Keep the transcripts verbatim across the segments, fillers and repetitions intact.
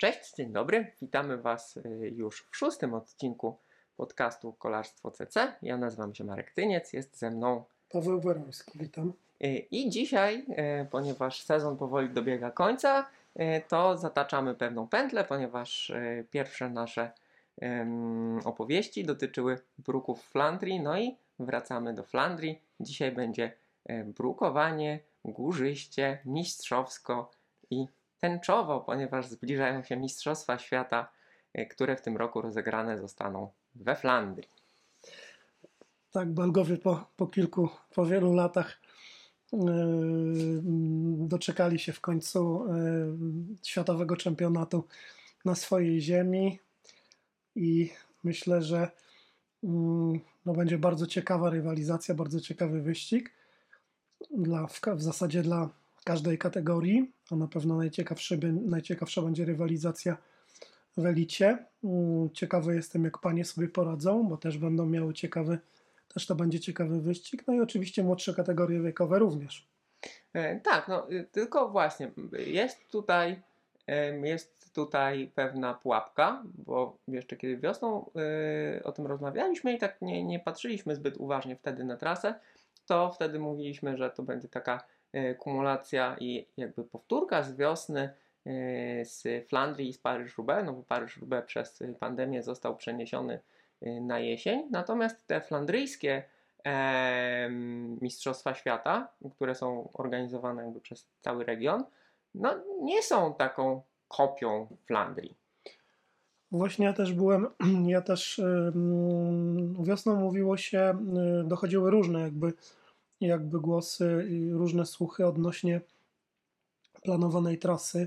Cześć, dzień dobry. Witamy Was już w szóstym odcinku podcastu Kolarstwo C C. Ja nazywam się Marek Tyniec, jest ze mną Paweł Borowski, witam. I dzisiaj, ponieważ sezon powoli dobiega końca, to zataczamy pewną pętlę, ponieważ pierwsze nasze opowieści dotyczyły bruków w Flandrii, no i wracamy do Flandrii. Dzisiaj będzie brukowanie, górzyście, mistrzowsko i tęczowo, ponieważ zbliżają się Mistrzostwa Świata, które w tym roku rozegrane zostaną we Flandrii. Tak, Belgowie po, po kilku, po wielu latach yy, doczekali się w końcu yy, światowego czempionatu na swojej ziemi i myślę, że yy, no będzie bardzo ciekawa rywalizacja, bardzo ciekawy wyścig dla, w, w zasadzie dla każdej kategorii, a na pewno najciekawszy, najciekawsza będzie rywalizacja w elicie. Ciekawy jestem, jak panie sobie poradzą, bo też będą miały ciekawy, też to będzie ciekawy wyścig. No i oczywiście młodsze kategorie wiekowe również. E, tak, no tylko właśnie jest tutaj, jest tutaj pewna pułapka, bo jeszcze kiedy wiosną y, o tym rozmawialiśmy i tak nie, nie patrzyliśmy zbyt uważnie wtedy na trasę, to wtedy mówiliśmy, że to będzie taka kumulacja i jakby powtórka z wiosny z Flandrii i z Paryż-Roubaix, no bo Paryż-Roubaix przez pandemię został przeniesiony na jesień, natomiast te flandryjskie e, Mistrzostwa Świata, które są organizowane jakby przez cały region, no nie są taką kopią Flandrii. Właśnie ja też byłem, ja też yy, wiosną mówiło się, yy, dochodziły różne jakby jakby głosy i różne słuchy odnośnie planowanej trasy.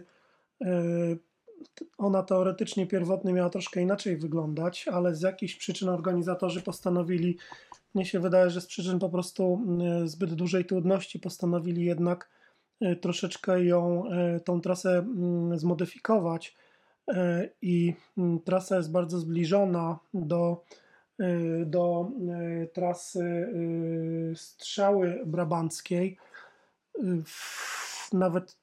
Ona teoretycznie pierwotnie miała troszkę inaczej wyglądać, ale z jakichś przyczyn organizatorzy postanowili, mnie się wydaje, że z przyczyn po prostu zbyt dużej trudności postanowili jednak troszeczkę ją, tą trasę zmodyfikować i trasa jest bardzo zbliżona do do trasy Strzały Brabanckiej. Nawet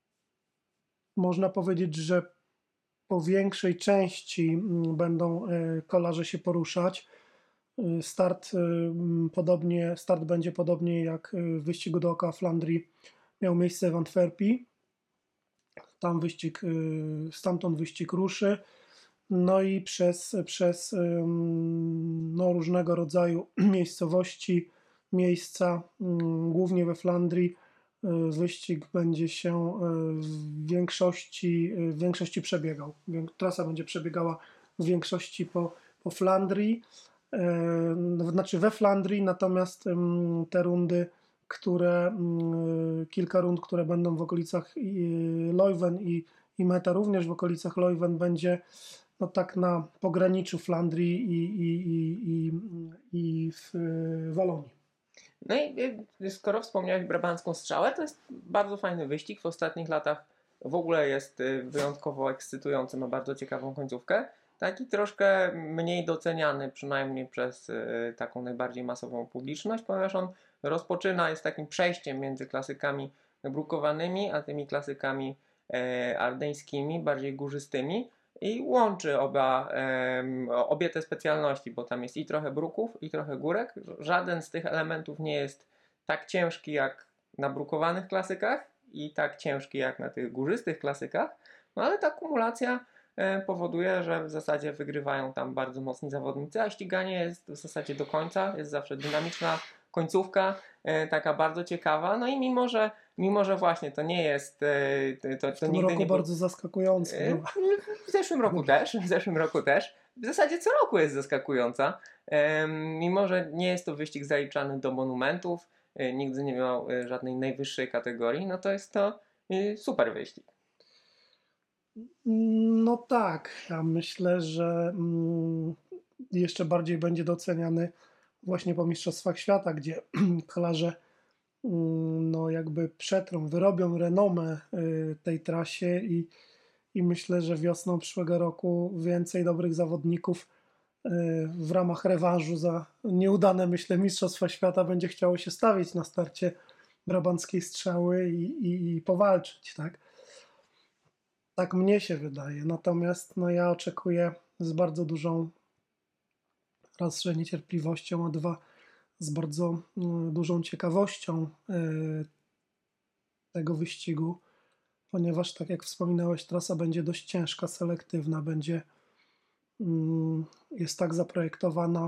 można powiedzieć, że po większej części będą kolarze się poruszać. Start podobnie, start będzie podobnie jak w wyścigu dookoła Flandrii miał miejsce w Antwerpii. Tam wyścig, stamtąd wyścig ruszy. No i przez, przez no, różnego rodzaju miejscowości, miejsca, głównie we Flandrii, wyścig będzie się w większości, w większości przebiegał. Trasa będzie przebiegała w większości po, po Flandrii, znaczy we Flandrii, natomiast te rundy, które, kilka rund, które będą w okolicach Leuven i, i meta również w okolicach Leuven będzie no tak na pograniczu Flandrii i, i, i, i, i w Walonii. No i skoro wspomniałeś Brabancką Strzałę, to jest bardzo fajny wyścig. W ostatnich latach w ogóle jest wyjątkowo ekscytujący, ma bardzo ciekawą końcówkę. Taki troszkę mniej doceniany, przynajmniej przez taką najbardziej masową publiczność, ponieważ on rozpoczyna, jest takim przejściem między klasykami brukowanymi, a tymi klasykami ardeńskimi, bardziej górzystymi. I łączy oba, um, obie te specjalności, bo tam jest i trochę bruków, i trochę górek. Żaden z tych elementów nie jest tak ciężki jak na brukowanych klasykach i tak ciężki jak na tych górzystych klasykach, no ale ta kumulacja e, powoduje, że w zasadzie wygrywają tam bardzo mocni zawodnicy, a ściganie jest w zasadzie do końca, jest zawsze dynamiczna końcówka, e, taka bardzo ciekawa, no i mimo, że Mimo, że właśnie to nie jest... To, to w tym nigdy roku nie bardzo zaskakujące. W zeszłym roku też, w zeszłym roku też. W zasadzie co roku jest zaskakująca. Mimo, że nie jest to wyścig zaliczany do monumentów, nigdy nie miał żadnej najwyższej kategorii, no to jest to super wyścig. No tak, ja myślę, że jeszcze bardziej będzie doceniany właśnie po Mistrzostwach Świata, gdzie kolarze no jakby przetrą, wyrobią renomę tej trasie i, i myślę, że wiosną przyszłego roku więcej dobrych zawodników w ramach rewanżu za nieudane, myślę, Mistrzostwa Świata będzie chciało się stawić na starcie Brabanckiej Strzały i, i, i powalczyć, tak? Tak mnie się wydaje. Natomiast no, ja oczekuję z bardzo dużą, raz, że niecierpliwością, a dwa, z bardzo mm, dużą ciekawością y, tego wyścigu, ponieważ tak jak wspominałeś, trasa będzie dość ciężka, selektywna, będzie mm, jest tak zaprojektowana,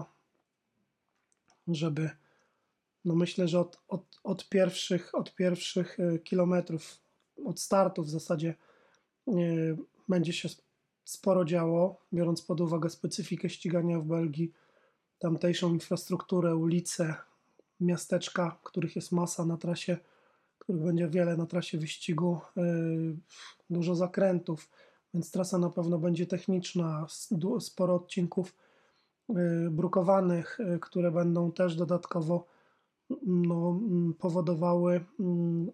żeby no myślę, że od, od, od pierwszych, od pierwszych y, kilometrów, od startu w zasadzie y, będzie się sporo działo, biorąc pod uwagę specyfikę ścigania w Belgii, tamtejszą infrastrukturę, ulice, miasteczka, których jest masa na trasie, których będzie wiele na trasie wyścigu, y, dużo zakrętów, więc trasa na pewno będzie techniczna, s- du- sporo odcinków y, brukowanych, y, które będą też dodatkowo no, mm, powodowały mm,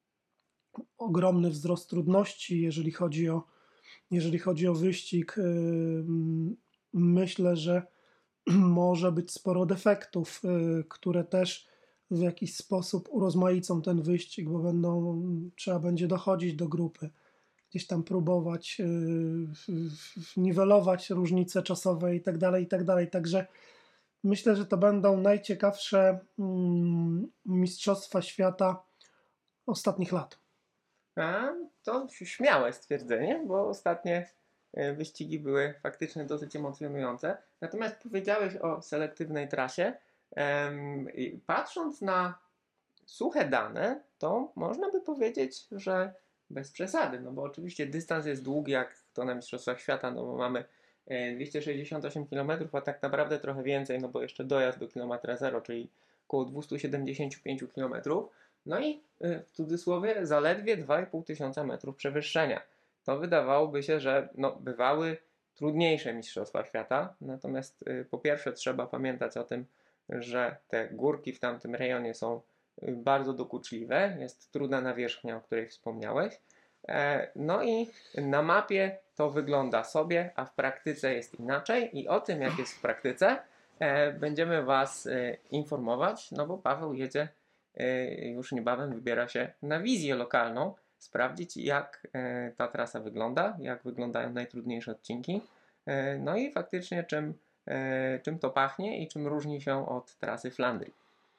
ogromny wzrost trudności, jeżeli chodzi o, jeżeli chodzi o wyścig. Y, mm, Myślę, że może być sporo defektów, y, które też w jakiś sposób urozmaicą ten wyścig, bo będą, trzeba będzie dochodzić do grupy, gdzieś tam próbować y, w- w- niwelować różnice czasowe i tak dalej, i tak dalej. Także myślę, że to będą najciekawsze mm, mistrzostwa świata ostatnich lat. A to śmiałe stwierdzenie, bo ostatnie e, wyścigi były faktycznie dosyć emocjonujące. Natomiast powiedziałeś o selektywnej trasie. Em, i Patrząc na suche dane, to można by powiedzieć, że bez przesady, no bo oczywiście dystans jest długi, jak to na Mistrzostwach Świata, no bo mamy e, dwieście sześćdziesiąt osiem kilometrów, a tak naprawdę trochę więcej, no bo jeszcze dojazd do kilometra zero, czyli około dwieście siedemdziesiąt pięć kilometrów. No i y, w cudzysłowie zaledwie dwa i pół tysiąca metrów przewyższenia. To wydawałoby się, że no, bywały trudniejsze Mistrzostwa Świata, natomiast y, po pierwsze trzeba pamiętać o tym, że te górki w tamtym rejonie są y, bardzo dokuczliwe, jest trudna nawierzchnia, o której wspomniałeś. E, No i na mapie to wygląda sobie, a w praktyce jest inaczej i o tym, jak jest w praktyce, e, będziemy Was e, informować, no bo Paweł jedzie e, już niebawem, wybiera się na wizję lokalną, sprawdzić jak e, ta trasa wygląda, jak wyglądają najtrudniejsze odcinki, e, no i faktycznie czym, e, czym to pachnie i czym różni się od trasy Flandrii.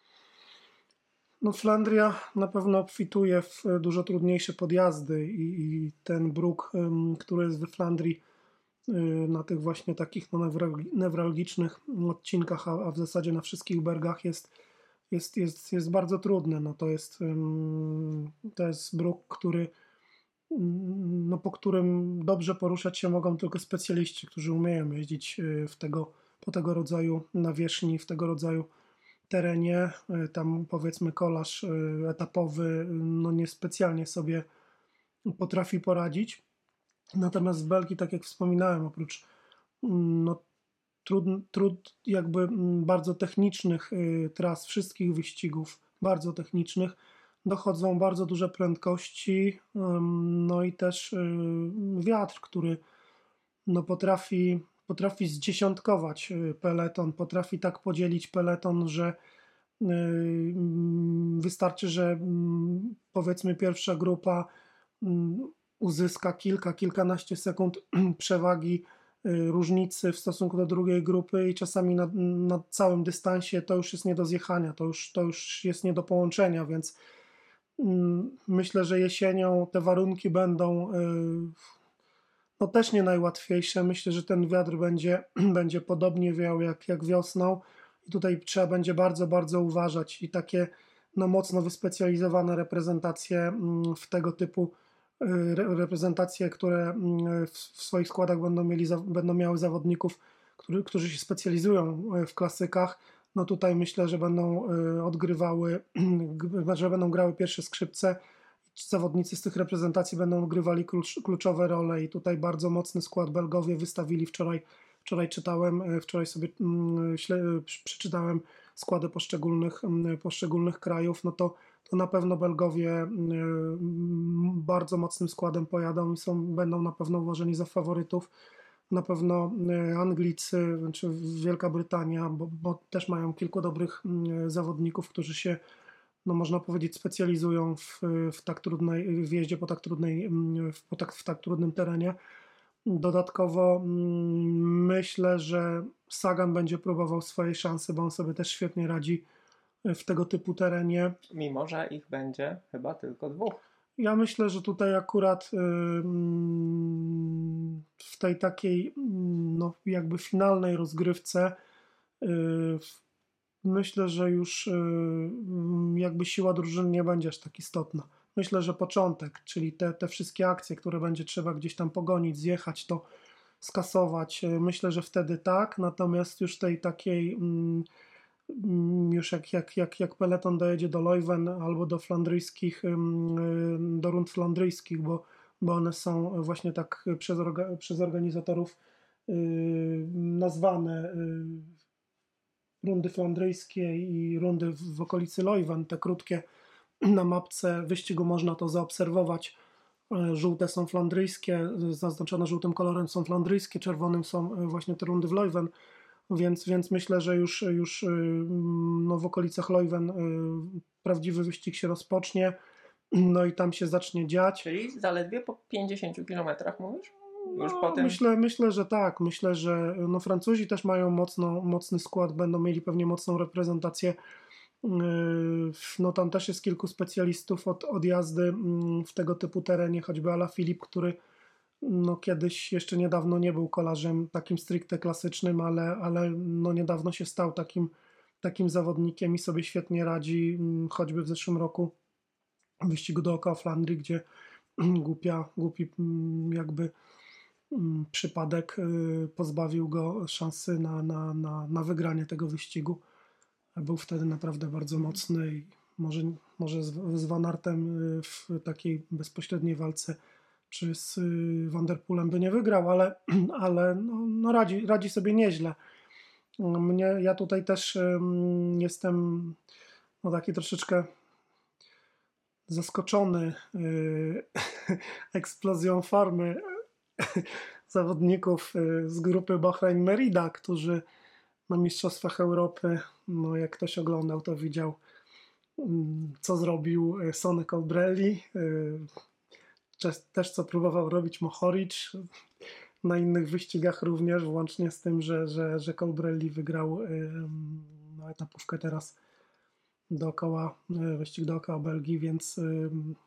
No, Flandria na pewno obfituje w dużo trudniejsze podjazdy i, i ten bruk, ym, który jest we Flandrii, y, na tych właśnie takich no, newralgi- newralgicznych odcinkach, a, a w zasadzie na wszystkich bergach jest, jest, jest, jest bardzo trudny. No, to jest, ym, to jest bruk, który, ym, no, po którym dobrze poruszać się mogą tylko specjaliści, którzy umieją jeździć y, w tego, po tego rodzaju nawierzchni, w tego rodzaju terenie. Y, Tam powiedzmy kolarz y, etapowy y, no niespecjalnie sobie potrafi poradzić. Natomiast w Belgii, tak jak wspominałem, oprócz mm, no, trud, trud jakby mm, bardzo technicznych y, tras, wszystkich wyścigów bardzo technicznych, dochodzą bardzo duże prędkości, ym, no i też y, wiatr, który no, potrafi, potrafi zdziesiątkować y, peleton, potrafi tak podzielić peleton, że y, mm, wystarczy, że mm, powiedzmy pierwsza grupa mm, uzyska kilka, kilkanaście sekund przewagi, y, różnicy w stosunku do drugiej grupy i czasami na, na całym dystansie to już jest nie do zjechania, to już, to już jest nie do połączenia, więc mm, myślę, że jesienią te warunki będą y, no też nie najłatwiejsze. Myślę, że ten wiatr będzie, będzie podobnie wiał jak, jak wiosną i tutaj trzeba będzie bardzo, bardzo uważać i takie no, mocno wyspecjalizowane reprezentacje mm, w tego typu y, re, reprezentacje, które mm, w, w swoich składach będą, mieli, za- będą miały zawodników, który, którzy się specjalizują y, w klasykach. No tutaj myślę, że będą y, odgrywały, że będą grały pierwsze skrzypce. Ci zawodnicy z tych reprezentacji będą odgrywali klucz, kluczowe role i tutaj bardzo mocny skład Belgowie wystawili wczoraj. Wczoraj czytałem, e, wczoraj sobie mm, śle, przy- przeczytałem składy poszczególnych, mm, poszczególnych krajów, no to, to na pewno Belgowie mm, bardzo mocnym składem pojadą i są, będą na pewno uważani za faworytów. Na pewno e, Anglicy czy Wielka Brytania, bo, bo też mają kilku dobrych mm, zawodników, którzy się no można powiedzieć, specjalizują w, w tak trudnej, w jeździe po tak trudnej, w, po tak, w tak trudnym terenie. Dodatkowo mm, myślę, że Sagan będzie próbował swojej szansy, bo on sobie też świetnie radzi w tego typu terenie. Mimo że ich będzie chyba tylko dwóch. Ja myślę, że tutaj akurat y, mm, w tej takiej mm, no, jakby finalnej rozgrywce y, w- myślę, że już y, mm, jakby siła drużyny nie będzie aż tak istotna. Myślę, że początek, czyli te, te wszystkie akcje, które będzie trzeba gdzieś tam pogonić, zjechać, to skasować, y, myślę, że wtedy tak, natomiast już tej takiej mm, mm, już jak, jak, jak, jak peleton dojedzie do Leuven albo do flandryjskich, ym, y, do rund flandryjskich, bo, bo one są właśnie tak przez, orga, przez organizatorów y, nazwane y, rundy flandryjskie i rundy w, w okolicy Leuven, te krótkie na mapce wyścigu można to zaobserwować. E, Żółte są flandryjskie, zaznaczone żółtym kolorem są flandryjskie, czerwonym są e, właśnie te rundy w Leuven, więc, więc myślę, że już, już y, no, w okolicach Leuven y, prawdziwy wyścig się rozpocznie, no i tam się zacznie dziać. Czyli zaledwie po pięćdziesięciu kilometrach mówisz? Już No, po tym... myślę, myślę, że tak. Myślę, że no, Francuzi też mają mocno, mocny skład, będą mieli pewnie mocną reprezentację. Yy, No tam też jest kilku specjalistów od, od jazdy mm, w tego typu terenie, choćby Alaphilippe, który no, kiedyś jeszcze niedawno nie był kolarzem takim stricte klasycznym, ale, ale no, niedawno się stał takim, takim zawodnikiem i sobie świetnie radzi, mm, choćby w zeszłym roku w wyścigu dookoła Flandrii, gdzie głupia, głupi mm, jakby mm, przypadek y, pozbawił go szansy na, na, na, na wygranie tego wyścigu. Był wtedy naprawdę bardzo mocny i może, może z, z Van Aertem y, w takiej bezpośredniej walce czy z y, Van der Poelem by nie wygrał, ale, ale no, no radzi, radzi sobie nieźle. Mnie, ja tutaj też ym, jestem no, taki troszeczkę zaskoczony y, eksplozją formy zawodników y, z grupy Bahrain Merida, którzy na Mistrzostwach Europy, no jak ktoś oglądał, to widział, mm, co zrobił y, Sonny Colbrelli, y, też, też co próbował robić Mohoric na innych wyścigach również, włącznie z tym, że, że, że Colbrelli wygrał y, no, etapówkę teraz dookoła, y, wyścig dookoła Belgii, więc y,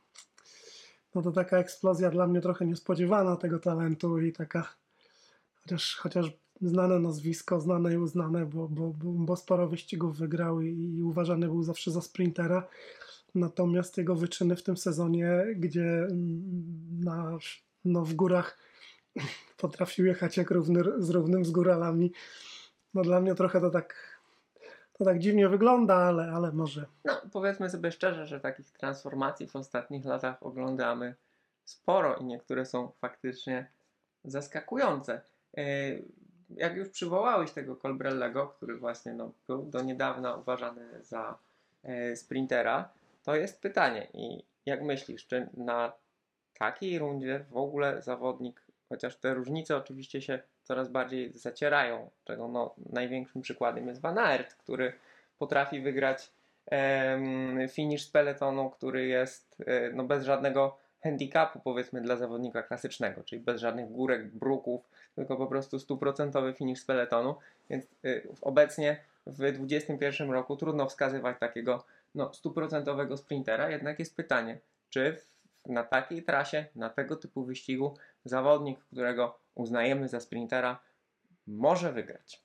no to taka eksplozja dla mnie trochę niespodziewana tego talentu i taka, chociaż, chociaż znane nazwisko, znane i uznane, bo, bo, bo, bo sporo wyścigów wygrał i, i uważany był zawsze za sprintera. Natomiast jego wyczyny w tym sezonie, gdzie mm, na, no w górach potrafił jechać jak równy, z równym z góralami, no dla mnie trochę to tak, to tak dziwnie wygląda, ale, ale może. No, powiedzmy sobie szczerze, że takich transformacji w ostatnich latach oglądamy sporo i niektóre są faktycznie zaskakujące. Yy, Jak już przywołałeś tego Colbrellego, który właśnie no, był do niedawna uważany za yy, sprintera, to jest pytanie. I jak myślisz, czy na takiej rundzie w ogóle zawodnik, chociaż te różnice oczywiście się coraz bardziej zacierają, czego no, największym przykładem jest Van Aert, który potrafi wygrać em, finish z peletonu, który jest e, no, bez żadnego handicapu, powiedzmy, dla zawodnika klasycznego, czyli bez żadnych górek, bruków, tylko po prostu stuprocentowy finish z peletonu, więc y, obecnie w dwudziestym pierwszym roku trudno wskazywać takiego no, stuprocentowego sprintera, jednak jest pytanie, czy w, na takiej trasie, na tego typu wyścigu zawodnik, którego uznajemy za sprintera, może wygrać.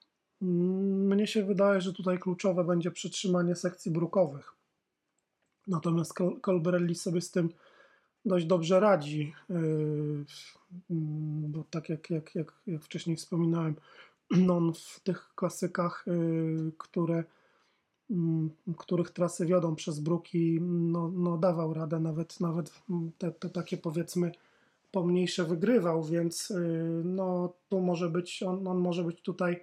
Mnie się wydaje, że tutaj kluczowe będzie przytrzymanie sekcji brukowych. Natomiast Col- Colbrelli sobie z tym dość dobrze radzi, yy, bo tak jak, jak, jak, jak wcześniej wspominałem, no on w tych klasykach, yy, które, yy, których trasy wiodą przez bruki, no, no dawał radę, nawet, nawet te, te takie powiedzmy pomniejsze wygrywał, więc yy, no tu może być, on, on może być tutaj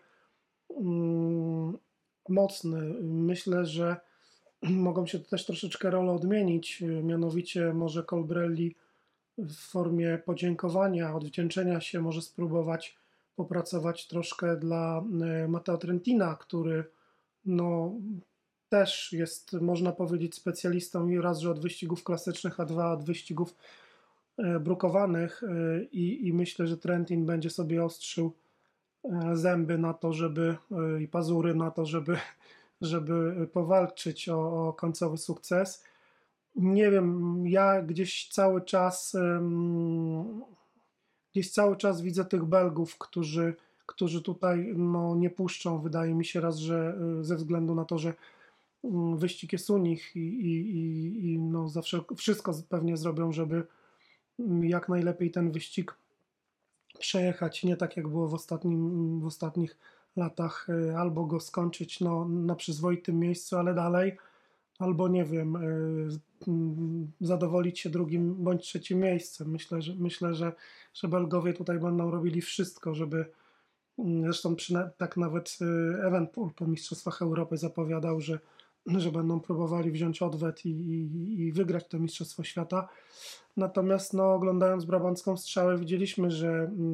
mm, mocny. Myślę, że mogą się też troszeczkę role odmienić, mianowicie może Colbrelli w formie podziękowania, odwdzięczenia się może spróbować popracować troszkę dla e, Matteo Trentina, który no, też jest, można powiedzieć, specjalistą i raz, że od wyścigów klasycznych, a dwa od wyścigów e, brukowanych e, i, i myślę, że Trentin będzie sobie ostrzył e, zęby na to, żeby e, i pazury na to, żeby, żeby powalczyć o, o końcowy sukces. Nie wiem, ja gdzieś cały czas em, gdzieś cały czas widzę tych Belgów, którzy, którzy tutaj no, nie puszczą. Wydaje mi się raz, że y, ze względu na to, że mm, wyścig jest u nich i, i, i, i no, zawsze wszystko pewnie zrobią, żeby mm, jak najlepiej ten wyścig przejechać. Nie tak jak było w, ostatnim, w ostatnich latach, y, albo go skończyć no, na przyzwoitym miejscu, ale dalej, albo nie wiem, y, mm, zadowolić się drugim bądź trzecim miejscem. Myślę, że, myślę, że, że Belgowie tutaj będą robili wszystko, żeby mm, zresztą przyna- tak nawet y, Evenepoel po Mistrzostwach Europy zapowiadał, że, że będą próbowali wziąć odwet i, i, i wygrać to Mistrzostwo Świata. Natomiast no, oglądając Brabancką Strzałę widzieliśmy, że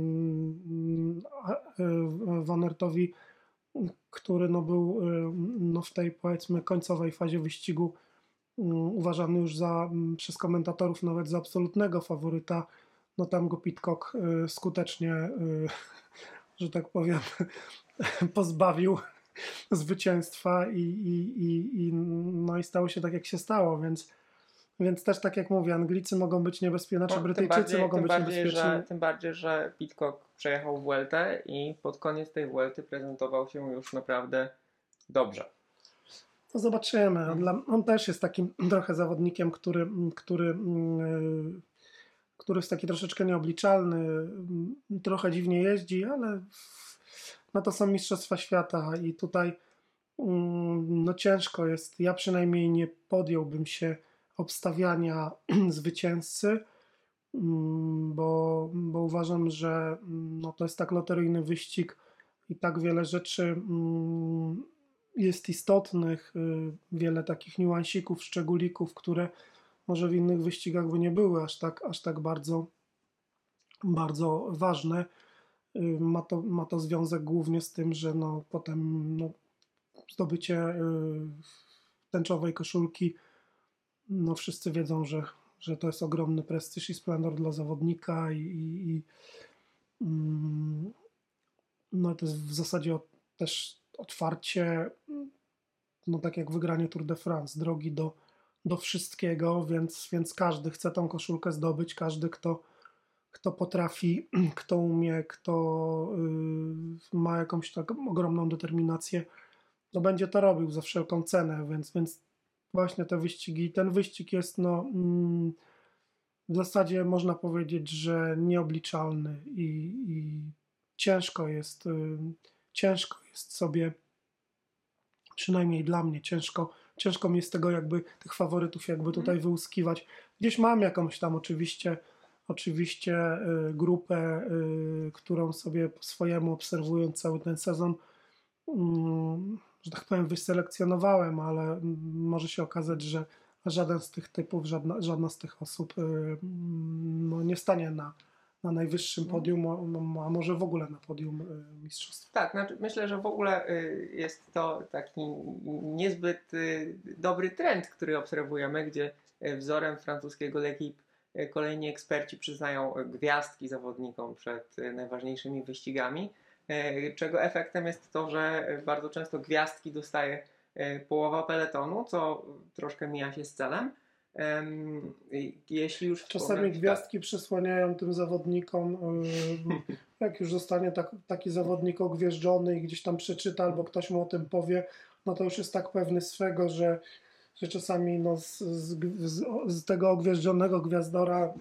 mm, a- y, Van Aertowi, który no, był y, no, w tej powiedzmy końcowej fazie wyścigu mm, uważany już za, mm, przez komentatorów nawet za absolutnego faworyta, no tam go Pidcock y, skutecznie, y, że tak powiem, pozbawił zwycięstwa i, i, i, i, no i stało się tak, jak się stało, więc, więc też tak jak mówię, Anglicy mogą być niebezpieczni, znaczy No, tym Brytyjczycy bardziej, mogą tym być bardziej, niebezpieczni. że, tym bardziej, że Pidcock przejechał Vueltę i pod koniec tej Vuelty prezentował się już naprawdę dobrze. To zobaczymy. On, Mhm. dla, on też jest takim trochę zawodnikiem, który, który, yy, który jest taki troszeczkę nieobliczalny, yy, trochę dziwnie jeździ, ale no to są Mistrzostwa Świata i tutaj yy, no ciężko jest. Ja przynajmniej nie podjąłbym się obstawiania zwycięzcy, yy, bo, bo uważam, że no to jest tak loteryjny wyścig i tak wiele rzeczy yy, jest istotnych, y, wiele takich niuansików, szczególików, które może w innych wyścigach by nie były aż tak, aż tak bardzo, bardzo ważne. Y, Ma to, ma to związek głównie z tym, że no, potem no, zdobycie y, tęczowej koszulki, no wszyscy wiedzą, że, że to jest ogromny prestiż i splendor dla zawodnika i, i, i mm, no to jest w zasadzie o- też otwarcie, no tak jak wygranie Tour de France, drogi do, do wszystkiego, więc, więc każdy chce tą koszulkę zdobyć, każdy, kto, kto potrafi, kto umie, kto y, ma jakąś taką ogromną determinację, no będzie to robił za wszelką cenę, więc, więc właśnie te wyścigi, ten wyścig jest no mm, w zasadzie można powiedzieć, że nieobliczalny i, i ciężko jest, y, ciężko jest sobie, przynajmniej dla mnie, ciężko, ciężko mi jest tego jakby, tych faworytów jakby tutaj wyłuskiwać. Gdzieś mam jakąś tam oczywiście, oczywiście y, grupę, y, którą sobie po swojemu obserwując cały ten sezon, mm, że tak powiem, wyselekcjonowałem, ale mm, może się okazać, że żaden z tych typów, żadna, żadna z tych osób y, mm, no, nie stanie na, na najwyższym podium, a, a może w ogóle na podium y, mistrzostw. Tak, znaczy myślę, że w ogóle y, jest to taki niezbyt y, dobry trend, który obserwujemy, gdzie y, wzorem francuskiego L'Équipe y, kolejni eksperci przyznają y, gwiazdki zawodnikom przed y, najważniejszymi wyścigami, y, czego efektem jest to, że y, bardzo często gwiazdki dostaje y, połowa peletonu, co troszkę mija się z celem. Ym, i jeśli już Czasami wspomnieć- gwiazdki przysłaniają tym zawodnikom, yy, jak już zostanie tak, taki zawodnik ogwieżdżony i gdzieś tam przeczyta albo ktoś mu o tym powie, no to już jest tak pewny swego, że, że czasami no z, z, z, z tego ogwieżdżonego gwiazdora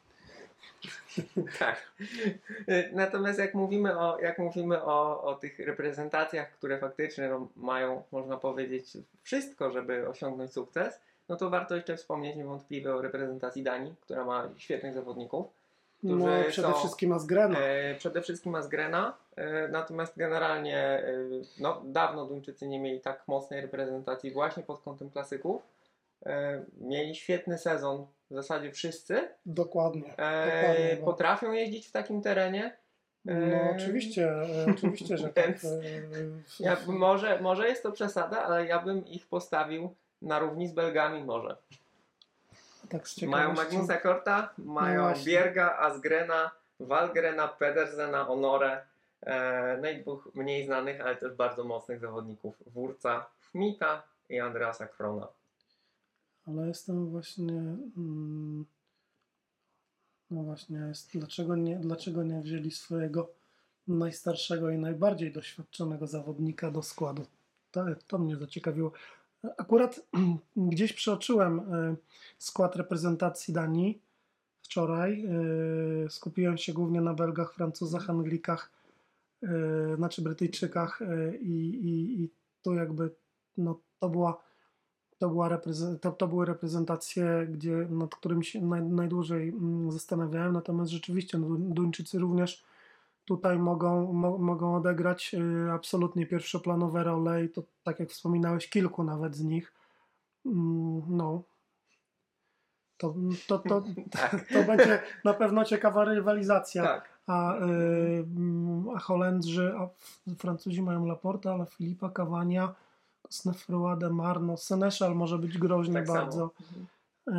Tak. Y, Natomiast jak mówimy o, jak mówimy o, o tych reprezentacjach, które faktycznie no, mają, można powiedzieć, wszystko, żeby osiągnąć sukces, no to warto jeszcze wspomnieć niewątpliwie o reprezentacji Danii, która ma świetnych zawodników. no, którzy przede są, wszystkim Asgrena. E, przede wszystkim Asgrena, e, natomiast generalnie e, no, dawno Duńczycy nie mieli tak mocnej reprezentacji właśnie pod kątem klasyków. E, mieli świetny sezon, w zasadzie wszyscy. Dokładnie. E, dokładnie bo potrafią jeździć w takim terenie. No E, oczywiście, e, oczywiście, że tak. Więc e, ja, może, może jest to przesada, ale ja bym ich postawił na równi z Belgami może. Tak z Mają ciekawości. Magnusa Korta, No mają właśnie. Bierga, Asgrena, Walgrena, Pedersena, Honorę, e, no i dwóch mniej znanych, ale też bardzo mocnych zawodników, Wurca, Schmidta i Andreasa Krona. Ale jestem właśnie. Mm, no właśnie, jest, dlaczego, nie, dlaczego nie wzięli swojego najstarszego i najbardziej doświadczonego zawodnika do składu? To, to mnie zaciekawiło. Akurat gdzieś przeoczyłem y, skład reprezentacji Danii wczoraj. Y, skupiłem się głównie na Belgach, Francuzach, Anglikach, y, znaczy Brytyjczykach y, i, i, i tu jakby no, to była to, była reprezen- to, to były reprezentacje, gdzie, nad którymi się naj, najdłużej mm, zastanawiałem, natomiast rzeczywiście no, Duńczycy również tutaj mogą, mo, mogą odegrać y, absolutnie pierwszoplanowe role i to tak jak wspominałeś, kilku nawet z nich. Mm, no, to, to, to, Tak. to będzie na pewno ciekawa rywalizacja. Tak. A, y, mm, a Holendrzy, a Francuzi mają Laporta, ale Filipa, Cavania, Snefrua, Demar, no Seneszal może być groźny Tak bardzo. samo. Eee,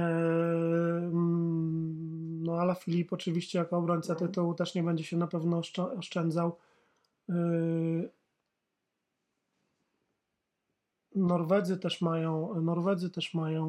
mm, no ale Filip oczywiście jako obrońca Mhm. tytułu też nie będzie się na pewno oszczo- oszczędzał. Eee, Norwedzy też mają, Norwedzy też mają,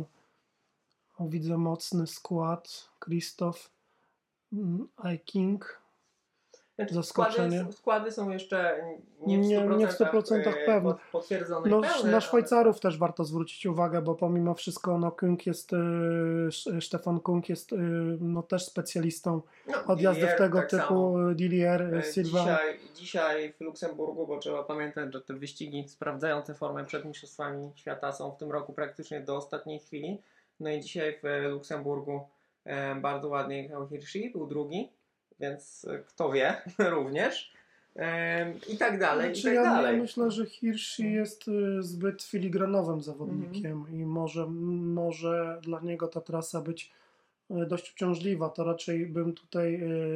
o, widzę mocny skład. Krzysztof, mm, Eiking. Znaczy, Zaskoczenie. składy, składy są jeszcze nie w Nie- stu procentach, nie w stu procentach e, pewne. pot- potwierdzone i No, pełne, na ale- Szwajcarów też warto zwrócić uwagę, bo pomimo wszystko no, Kung jest, y, Sz- Stefan Kung jest y, no, też specjalistą No, odjazdów Dillier tego tak typu, samo. Dillier, E, Silva. Dzisiaj, dzisiaj w Luksemburgu, bo trzeba pamiętać, że te wyścigi sprawdzające formę przed Mistrzostwami Świata są w tym roku praktycznie do ostatniej chwili. No i dzisiaj w Luksemburgu e, bardzo ładnie jechał Hirschi, był drugi, więc e, kto wie, również. E, I tak dalej, Znaczy, i tak ja, dalej. ja myślę, że Hirschi jest y, zbyt filigranowym zawodnikiem i może, może dla niego ta trasa być y, dość uciążliwa. To raczej bym tutaj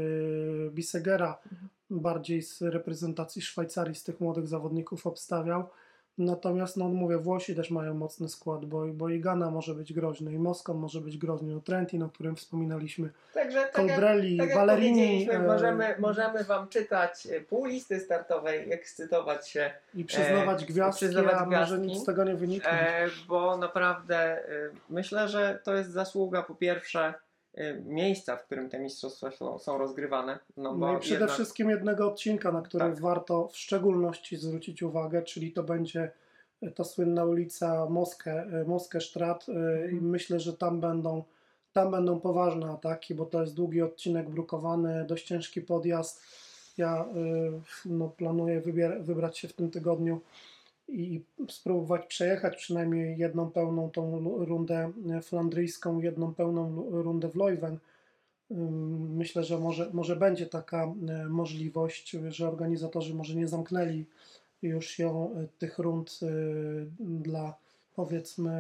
y, Bissegera bardziej z reprezentacji Szwajcarii, z tych młodych zawodników obstawiał. Natomiast, no mówię, Włosi też mają mocny skład, bo, bo i Ghana może być groźny, i Moskwa może być groźny, no Trentin, o którym wspominaliśmy, Także tak jak, Colbrelli, tak jak Ballerini. powiedzieliśmy, e, możemy, możemy Wam czytać e, pół listy startowej, ekscytować się, I przyznawać e, gwiazdki, przyznawać a może gwiazdki. nic z tego nie wyniknie. E, bo naprawdę e, myślę, że to jest zasługa po pierwsze e, miejsca, w którym te mistrzostwa są, są rozgrywane. No, bo No i przede jednak, wszystkim jednego odcinka, na który Tak. warto w szczególności zwrócić uwagę, czyli to będzie ta słynna ulica Moskę, Moskę Strat i myślę, że tam będą, tam będą poważne ataki, bo to jest długi odcinek brukowany, dość ciężki podjazd. Ja y, no, planuję wybier- wybrać się w tym tygodniu i spróbować przejechać przynajmniej jedną pełną tą lu- rundę flandryjską, jedną pełną lu- rundę w Leuven. Ym, Myślę, że może, może będzie taka e, możliwość, że organizatorzy może nie zamknęli już się e, tych rund e, dla, powiedzmy,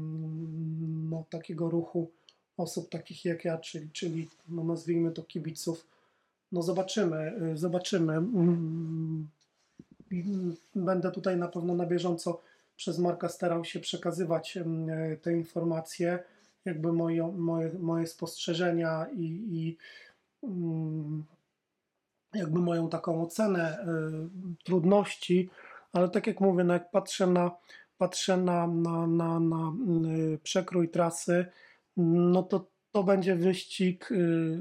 mm, no, takiego ruchu osób takich jak ja, czyli, czyli no, nazwijmy to kibiców. No zobaczymy, e, zobaczymy. Mm, i, mm, Będę tutaj na pewno na bieżąco przez Marka starał się przekazywać em, e, te informacje, jakby moje, moje, moje spostrzeżenia i, i mm, jakby moją taką ocenę y, trudności, ale tak jak mówię, no jak patrzę na, patrzę na, na, na, na y, przekrój trasy, no to to będzie wyścig, y,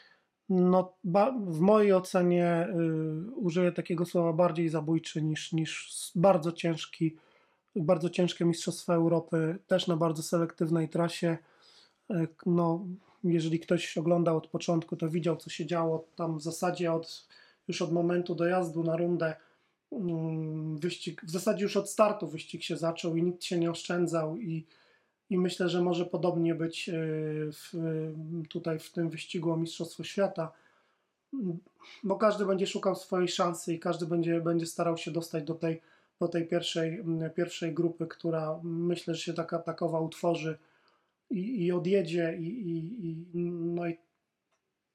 no, ba, w mojej ocenie y, użyję takiego słowa bardziej zabójczy niż, niż bardzo ciężki, bardzo ciężkie Mistrzostwa Europy, też na bardzo selektywnej trasie. Y, No, jeżeli ktoś oglądał od początku, to widział, co się działo tam w zasadzie od, już od momentu dojazdu na rundę. mm, Wyścig, w zasadzie już od startu wyścig się zaczął i nikt się nie oszczędzał i, i myślę, że może podobnie być y, w, tutaj w tym wyścigu o Mistrzostwo Świata, Mm, bo każdy będzie szukał swojej szansy i każdy będzie, będzie starał się dostać do tej, do tej pierwszej, mm, pierwszej grupy, która myślę, że się taka takowa utworzy i, i odjedzie i, i, i, no i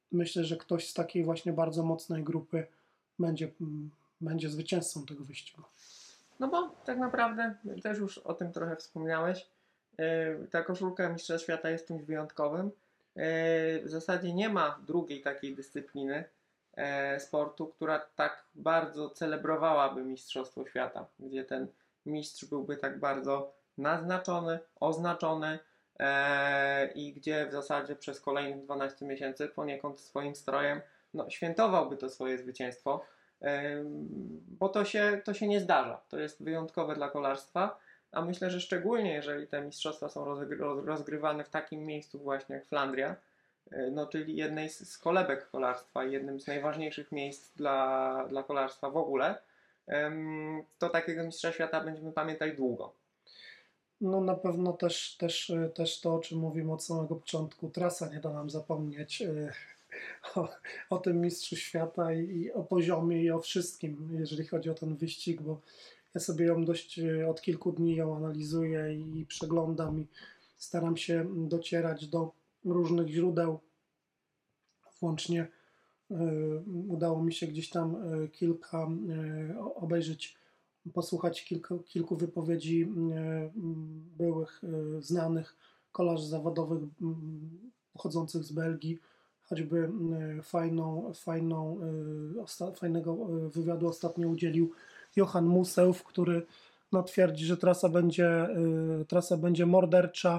myślę, że ktoś z takiej właśnie bardzo mocnej grupy będzie, mm, będzie zwycięzcą tego wyścigu. No bo tak naprawdę, też już o tym trochę wspomniałeś, yy, ta koszulka Mistrza Świata jest czymś wyjątkowym. Yy, W zasadzie nie ma drugiej takiej dyscypliny yy, sportu, która tak bardzo celebrowałaby Mistrzostwo Świata, gdzie ten mistrz byłby tak bardzo naznaczony, oznaczony yy, i gdzie w zasadzie przez kolejnych dwanaście miesięcy poniekąd swoim strojem no, świętowałby to swoje zwycięstwo. Bo to się, to się nie zdarza. To jest wyjątkowe dla kolarstwa, a myślę, że szczególnie jeżeli te mistrzostwa są rozgrywane w takim miejscu właśnie jak Flandria, no czyli jednej z kolebek kolarstwa, jednym z najważniejszych miejsc dla, dla kolarstwa w ogóle, to takiego mistrza świata będziemy pamiętać długo. No na pewno też, też, też to, o czym mówimy od samego początku, trasa nie da nam zapomnieć o, o tym mistrzu świata i, i o poziomie i o wszystkim, jeżeli chodzi o ten wyścig, bo ja sobie ją dość od kilku dni ją analizuję i przeglądam i staram się docierać do różnych źródeł. Włącznie y, udało mi się gdzieś tam y, kilka y, obejrzeć, posłuchać kilku, kilku wypowiedzi y, byłych y, znanych kolarzy zawodowych y, pochodzących z Belgii. Choćby fajną, fajną, osta, fajnego wywiadu ostatnio udzielił Johan Musew, który no, twierdzi, że trasa będzie, trasa będzie mordercza.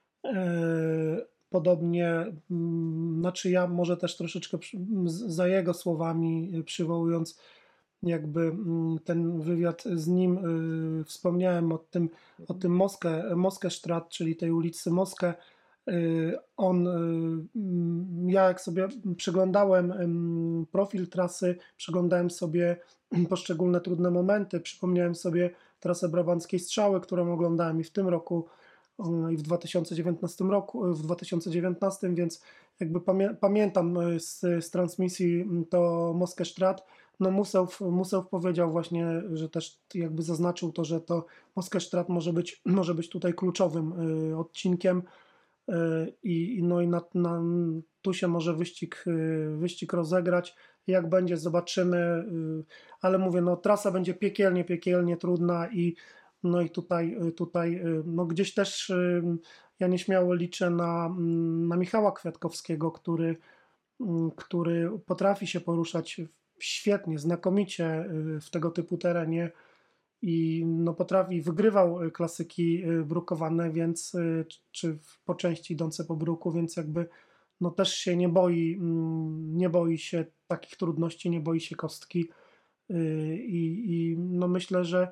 Podobnie, znaczy ja może też troszeczkę za jego słowami przywołując jakby ten wywiad z nim, wspomniałem o tym, o tym Moskę, Moskestrat, czyli tej ulicy Moskę. On, ja jak sobie przeglądałem profil trasy, przeglądałem sobie poszczególne trudne momenty, przypomniałem sobie trasę Brabanckiej Strzały, którą oglądałem i w tym roku, i w dwa tysiące dziewiętnastym roku, w dwa tysiące dziewiętnastym, więc jakby pamię pamiętam z, z transmisji to Moskestrat. No Musew, Musew powiedział właśnie, że też jakby zaznaczył to, że to Moskestrat może być, może być tutaj kluczowym odcinkiem. I, no i na, na, tu się może wyścig, wyścig rozegrać. Jak będzie, zobaczymy, ale mówię, no trasa będzie piekielnie, piekielnie trudna i no i tutaj, tutaj no gdzieś też ja nieśmiało liczę na, na Michała Kwiatkowskiego, który, który potrafi się poruszać świetnie, znakomicie w tego typu terenie i no potrafi, wygrywał klasyki brukowane, więc czy po części idące po bruku, więc jakby no też się nie boi, nie boi się takich trudności, nie boi się kostki i, i no myślę, że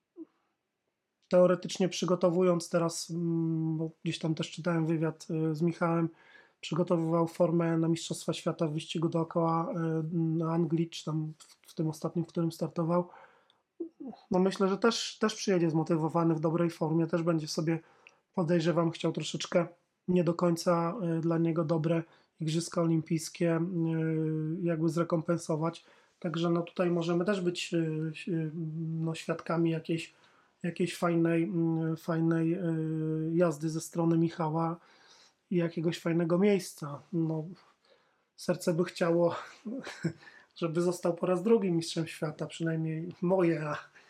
teoretycznie przygotowując teraz, bo gdzieś tam też czytałem wywiad z Michałem, przygotowywał formę na Mistrzostwa Świata w wyścigu dookoła Anglii, czy tam w, w tym ostatnim, w którym startował. No myślę, że też, też przyjedzie zmotywowany, w dobrej formie, też będzie sobie, podejrzewam, chciał troszeczkę nie do końca dla niego dobre Igrzyska Olimpijskie jakby zrekompensować. Także no tutaj możemy też być no, świadkami jakiejś, jakiejś fajnej, fajnej jazdy ze strony Michała i jakiegoś fajnego miejsca. No, serce by chciało, żeby został po raz drugi mistrzem świata, przynajmniej moje.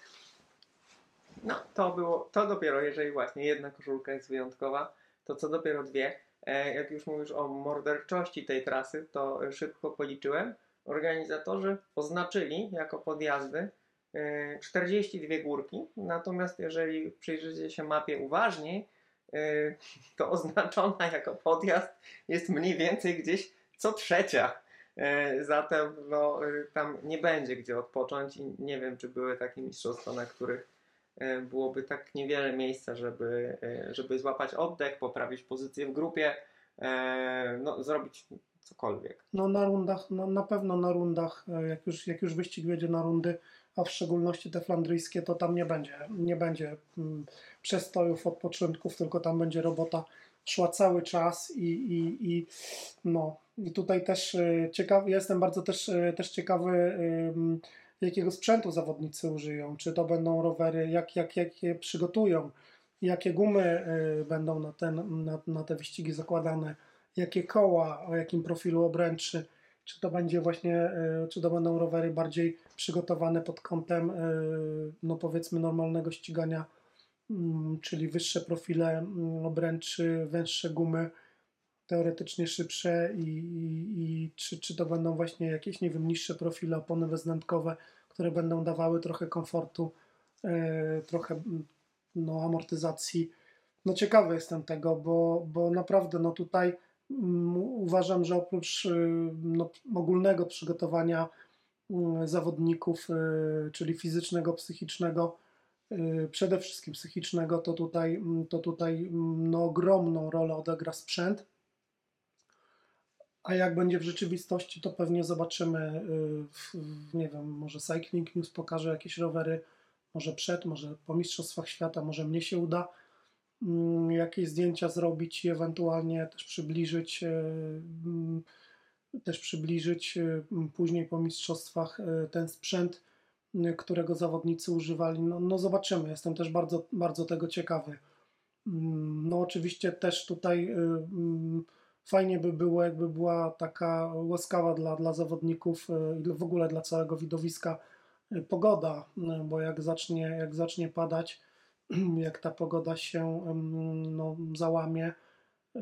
No, to było, to dopiero, jeżeli właśnie jedna koszulka jest wyjątkowa, to co dopiero dwie. E, jak już mówisz o morderczości tej trasy, to szybko policzyłem. Organizatorzy oznaczyli jako podjazdy e, czterdzieści dwie górki, natomiast jeżeli przyjrzycie się mapie uważniej, e, to oznaczona jako podjazd jest mniej więcej gdzieś co trzecia. E, zatem no, tam nie będzie gdzie odpocząć i nie wiem, czy były takie mistrzostwa, na których byłoby tak niewiele miejsca, żeby, żeby złapać oddech, poprawić pozycję w grupie, no, zrobić cokolwiek. No na rundach, no, na pewno na rundach, jak już, jak już wyścig wiedzie na rundy, a w szczególności te flandryjskie, to tam nie będzie, nie będzie mm, przestojów, odpoczynków, tylko tam będzie robota szła cały czas i, i, i no i tutaj też ciekawy, jestem bardzo też, też ciekawy, jakiego sprzętu zawodnicy użyją, czy to będą rowery, jak, jak, jak je przygotują, jakie gumy będą na, ten, na, na te wyścigi zakładane, jakie koła, o jakim profilu obręczy, czy to będzie właśnie, e, czy to będą rowery bardziej przygotowane pod kątem, e, no powiedzmy, normalnego ścigania, mm, czyli wyższe profile mm, obręczy, węższe gumy, teoretycznie szybsze i, i, i czy, czy to będą właśnie jakieś, nie wiem, niższe profile, opony wewnętrzne, które będą dawały trochę komfortu, e, trochę mm, no, amortyzacji. No ciekawy jestem tego, bo, bo naprawdę no tutaj mm, uważam, że oprócz y, no, ogólnego przygotowania mm, zawodników, y, czyli fizycznego, psychicznego, y, przede wszystkim psychicznego, to tutaj, mm, to tutaj mm, no, ogromną rolę odegra sprzęt. A jak będzie w rzeczywistości, to pewnie zobaczymy, y, w, w, nie wiem, może Cycling News pokaże jakieś rowery, może przed, może po Mistrzostwach Świata, może mnie się uda mm, jakieś zdjęcia zrobić i ewentualnie też przybliżyć, y, mm, też przybliżyć y, później po mistrzostwach y, ten sprzęt, y, którego zawodnicy używali. No, no zobaczymy, jestem też bardzo, bardzo tego ciekawy. Mm, No oczywiście też tutaj y, mm, fajnie by było, jakby była taka łaskawa dla, dla zawodników y, i w ogóle dla całego widowiska y, pogoda, y, bo jak zacznie, jak zacznie padać, jak ta pogoda się ym, no, załamie, y,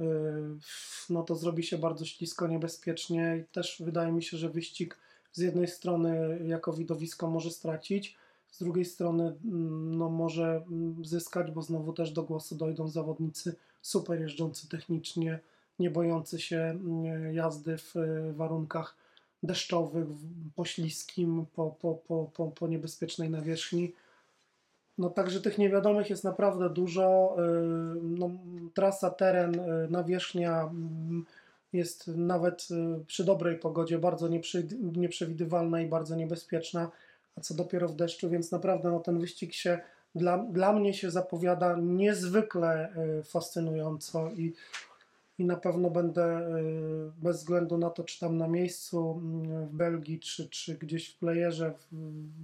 no to zrobi się bardzo ślisko, niebezpiecznie i też wydaje mi się, że wyścig z jednej strony jako widowisko może stracić, z drugiej strony mm, no, może mm, zyskać, bo znowu też do głosu dojdą zawodnicy super jeżdżący technicznie, nie bojący się mm, jazdy w y, warunkach deszczowych, w- po śliskim, po, po, po, po, po niebezpiecznej nawierzchni. No także tych niewiadomych jest naprawdę dużo. Y, No, trasa, teren, y, nawierzchnia mm, jest nawet y, przy dobrej pogodzie bardzo nieprzy, nieprzewidywalna i bardzo niebezpieczna, a co dopiero w deszczu, więc naprawdę no, ten wyścig się dla, dla mnie się zapowiada niezwykle y, fascynująco i, i na pewno będę y, bez względu na to, czy tam na miejscu mm, w Belgii, czy, czy gdzieś w playerze, w,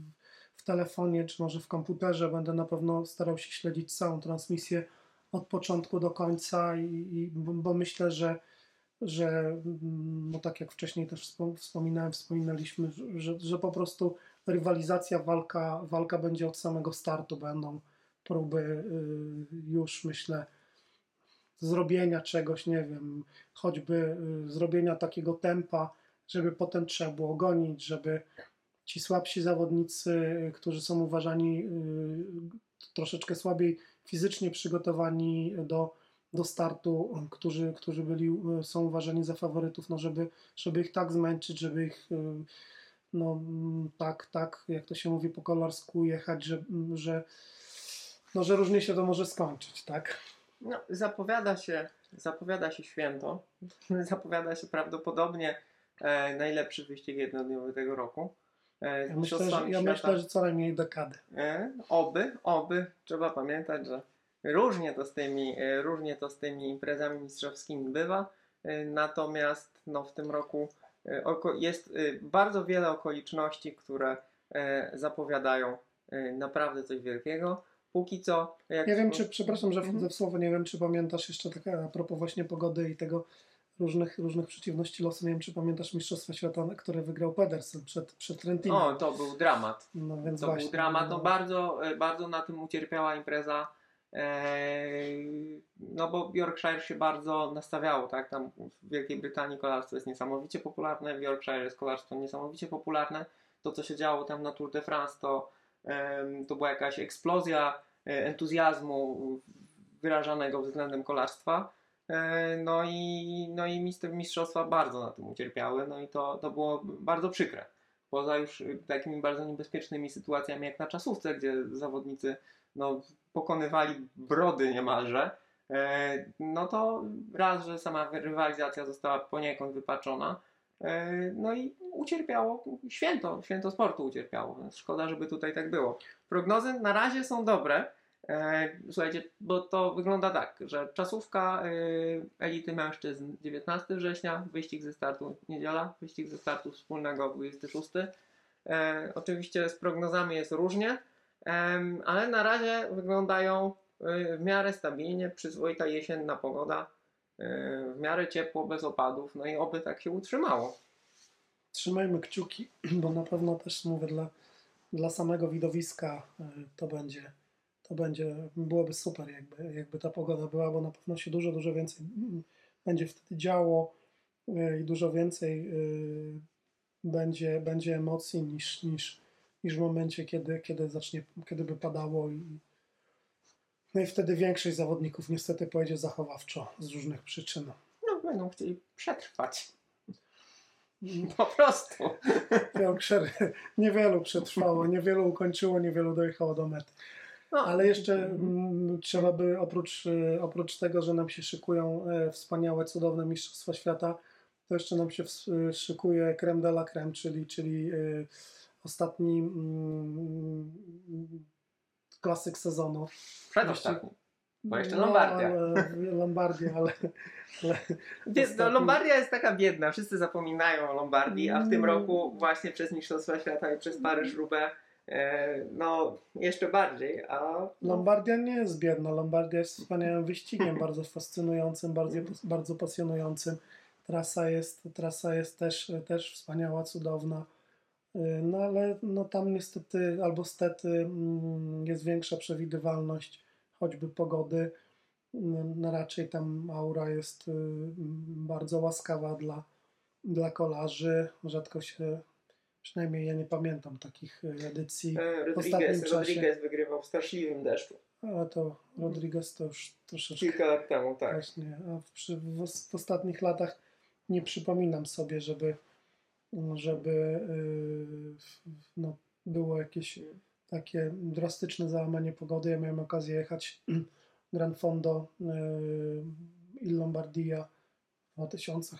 w telefonie, czy może w komputerze, będę na pewno starał się śledzić całą transmisję od początku do końca, i, i, bo, bo myślę, że, że mm, no tak jak wcześniej też wspom- wspominałem, wspominaliśmy, że, że po prostu rywalizacja, walka, walka będzie od samego startu, będą próby y, już myślę zrobienia czegoś, nie wiem, choćby y, zrobienia takiego tempa, żeby potem trzeba było gonić, żeby ci słabsi zawodnicy, y, którzy są uważani y, troszeczkę słabiej fizycznie przygotowani do, do startu, którzy, którzy byli, y, są uważani za faworytów, no żeby, żeby ich tak zmęczyć, żeby ich y, no mm, tak, tak, jak to się mówi po kolarsku, jechać, że, że, no, że różnie się to może skończyć, tak? No, zapowiada się, zapowiada się święto. Zapowiada się prawdopodobnie e, najlepszy wyścig jednodniowy tego roku. E, z Ja myślę, że, mistrzostwami ja świata. myślę, że co najmniej dekadę. E, oby, oby. Trzeba pamiętać, że różnie to z tymi, e, różnie to z tymi imprezami mistrzowskimi bywa. E, natomiast no, w tym roku e, oko, jest e, bardzo wiele okoliczności, które e, zapowiadają e, naprawdę coś wielkiego. Póki co, jak Nie wiem, czy, przepraszam, że wchodzę Mhm. w słowo, nie wiem, czy pamiętasz jeszcze taka a propos właśnie pogody i tego różnych, różnych przeciwności losu, nie wiem, czy pamiętasz Mistrzostwa Świata, które wygrał Pedersen przed, przed Trentinem. O, to był dramat. No więc To właśnie. był dramat. No no, bardzo, e, bardzo na tym ucierpiała impreza. Eee, no bo Yorkshire się bardzo nastawiało, tak? Tam w Wielkiej Brytanii kolarstwo jest niesamowicie popularne, w Yorkshire jest kolarstwo niesamowicie popularne. To, co się działo tam na Tour de France, to, em, to była jakaś eksplozja e, entuzjazmu wyrażanego względem kolarstwa. E, No i, no i mistrz- mistrzostwa bardzo na tym ucierpiały, no i to, to było bardzo przykre. Poza już y, takimi bardzo niebezpiecznymi sytuacjami jak na czasówce, gdzie zawodnicy no, pokonywali brody niemalże, e, no to raz, że sama rywalizacja została poniekąd wypaczona, e, no i ucierpiało święto, święto sportu ucierpiało, więc szkoda, żeby tutaj tak było. Prognozy na razie są dobre. E, Słuchajcie, bo to wygląda tak, że czasówka y, elity mężczyzn dziewiętnastego września, wyścig ze startu niedziela, wyścig ze startu wspólnego dwudziestego szóstego. E, oczywiście z prognozami jest różnie, em, ale na razie wyglądają y, w miarę stabilnie, przyzwoita jesienna pogoda, y, w miarę ciepło, bez opadów, no i oby tak się utrzymało. trzymajmy kciuki, bo na pewno też mówię dla, dla samego widowiska y, to będzie, to będzie, byłoby super jakby, jakby ta pogoda była, bo na pewno się dużo, dużo więcej mm, będzie wtedy działo y, i dużo więcej y, będzie, będzie emocji niż, niż, niż w momencie, kiedy, kiedy zacznie, kiedy by padało i no i wtedy większość zawodników niestety pojedzie zachowawczo z różnych przyczyn. No, będą chcieli przetrwać. Po prostu. Yorkshire niewielu przetrwało, niewielu ukończyło, niewielu dojechało do mety. No, Ale jeszcze mm, trzeba by oprócz, y, oprócz tego, że nam się szykują e, wspaniałe, cudowne Mistrzostwa Świata, to jeszcze nam się ws- y, szykuje crème de la crème, czyli, czyli y, ostatni mm, klasyk sezonu. Przedostatni. Bo jeszcze No, Lombardia. ale, Lombardia, ale, ale Więc no, ostatni- Lombardia jest taka biedna, wszyscy zapominają o Lombardii, a w tym Mm. roku właśnie przez Mistrzostwa Świata i przez Paryż-Roubaix e, no jeszcze bardziej, a no, Lombardia nie jest biedna. Lombardia jest wspaniałym wyścigiem, bardzo fascynującym, bardzo, bardzo pasjonującym. Trasa jest, trasa jest też, też wspaniała, cudowna. Y, No ale no, tam niestety albo stety mm, jest większa przewidywalność choćby pogody. No, raczej tam aura jest y, bardzo łaskawa dla, dla kolarzy. Rzadko się, przynajmniej ja nie pamiętam takich y, edycji. e, w ostatnim Rodriguez, czasie. Rodriguez wygrywał w straszliwym deszczu. Ale to Rodriguez to już troszeczkę Kilka lat temu, tak. właśnie. A w, przy, w, w ostatnich latach nie przypominam sobie, żeby, żeby yy, no, było jakieś takie drastyczne załamanie pogody. Ja miałem okazję jechać Gran Fondo yy, Il Lombardia w dwa tysiące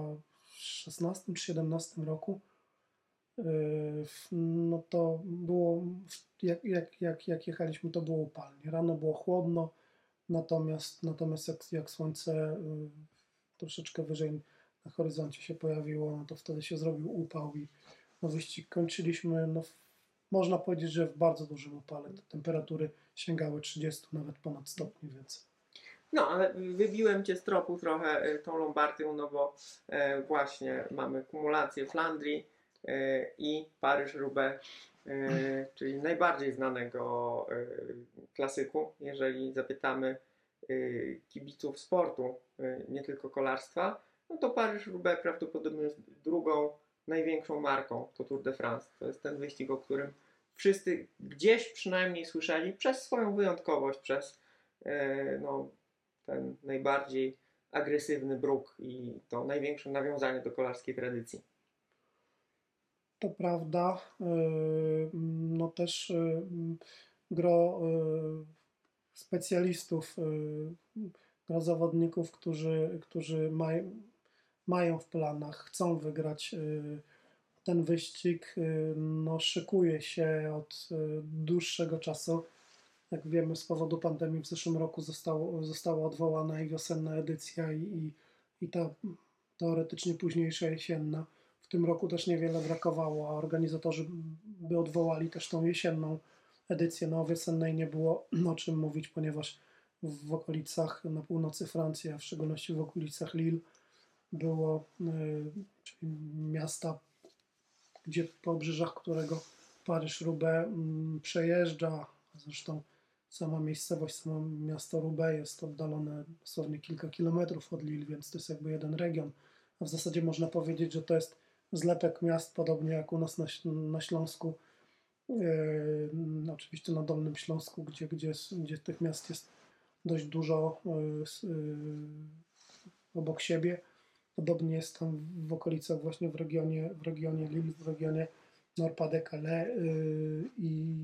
szesnastym czy siedemnastym roku. Yy, w- No to było, w- jak, jak, jak, jak jechaliśmy, to było upalnie. Rano było chłodno, natomiast, natomiast jak, jak słońce yy, troszeczkę wyżej na horyzoncie się pojawiło, no to wtedy się zrobił upał i no wyścig kończyliśmy, no, w- można powiedzieć, że w bardzo dużym upale. Te temperatury sięgały trzydzieści, nawet ponad stopni, więc No, ale wybiłem cię z tropu trochę e, tą Lombardią, no bo e, właśnie mamy kumulację Flandrii e, i Paryż-Roubaix, e, czyli najbardziej znanego e, klasyku, jeżeli zapytamy e, kibiców sportu, e, nie tylko kolarstwa, no to Paryż-Roubaix prawdopodobnie jest drugą największą marką, to Tour de France. To jest ten wyścig, o którym wszyscy gdzieś przynajmniej słyszeli przez swoją wyjątkowość, przez e, no, ten najbardziej agresywny bruk i to największe nawiązanie do kolarskiej tradycji. to prawda. Yy, No też yy, gro yy, specjalistów, yy, gro zawodników, którzy, którzy maj, mają w planach, chcą wygrać yy, ten wyścig, yy, no szykuje się od yy, dłuższego czasu. Jak wiemy, z powodu pandemii w zeszłym roku zostało, została odwołana i wiosenna edycja i, i, i ta teoretycznie późniejsza jesienna. W tym roku też niewiele brakowało, a organizatorzy by odwołali też tą jesienną edycję. No o wiosennej nie było o czym mówić, ponieważ w okolicach na północy Francji, a w szczególności w okolicach Lille było, yy, czyli miasta, gdzie po obrzeżach którego Paryż-Roubaix mm, przejeżdża, a zresztą sama miejscowość, samo miasto Roubaix jest oddalone dosłownie kilka kilometrów od Lille, więc to jest jakby jeden region. A w zasadzie można powiedzieć, że to jest zlepek miast, podobnie jak u nas na, na Śląsku, yy, oczywiście na Dolnym Śląsku, gdzie, gdzie, gdzie tych miast jest dość dużo yy, yy, obok siebie. Podobnie jest tam w okolicach, właśnie w regionie, w regionie Lille, w regionie Nord-Pas-de-Calais yy, i